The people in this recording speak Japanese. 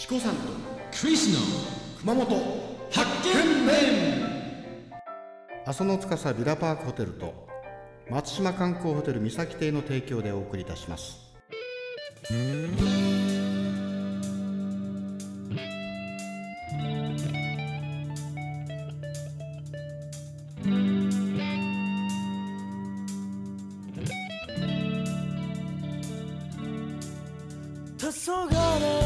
チコさんとクリスの熊本発見面。阿蘇の司ビラパークホテルと松島観光ホテル三崎邸の提供でお送りいたします。 黄昏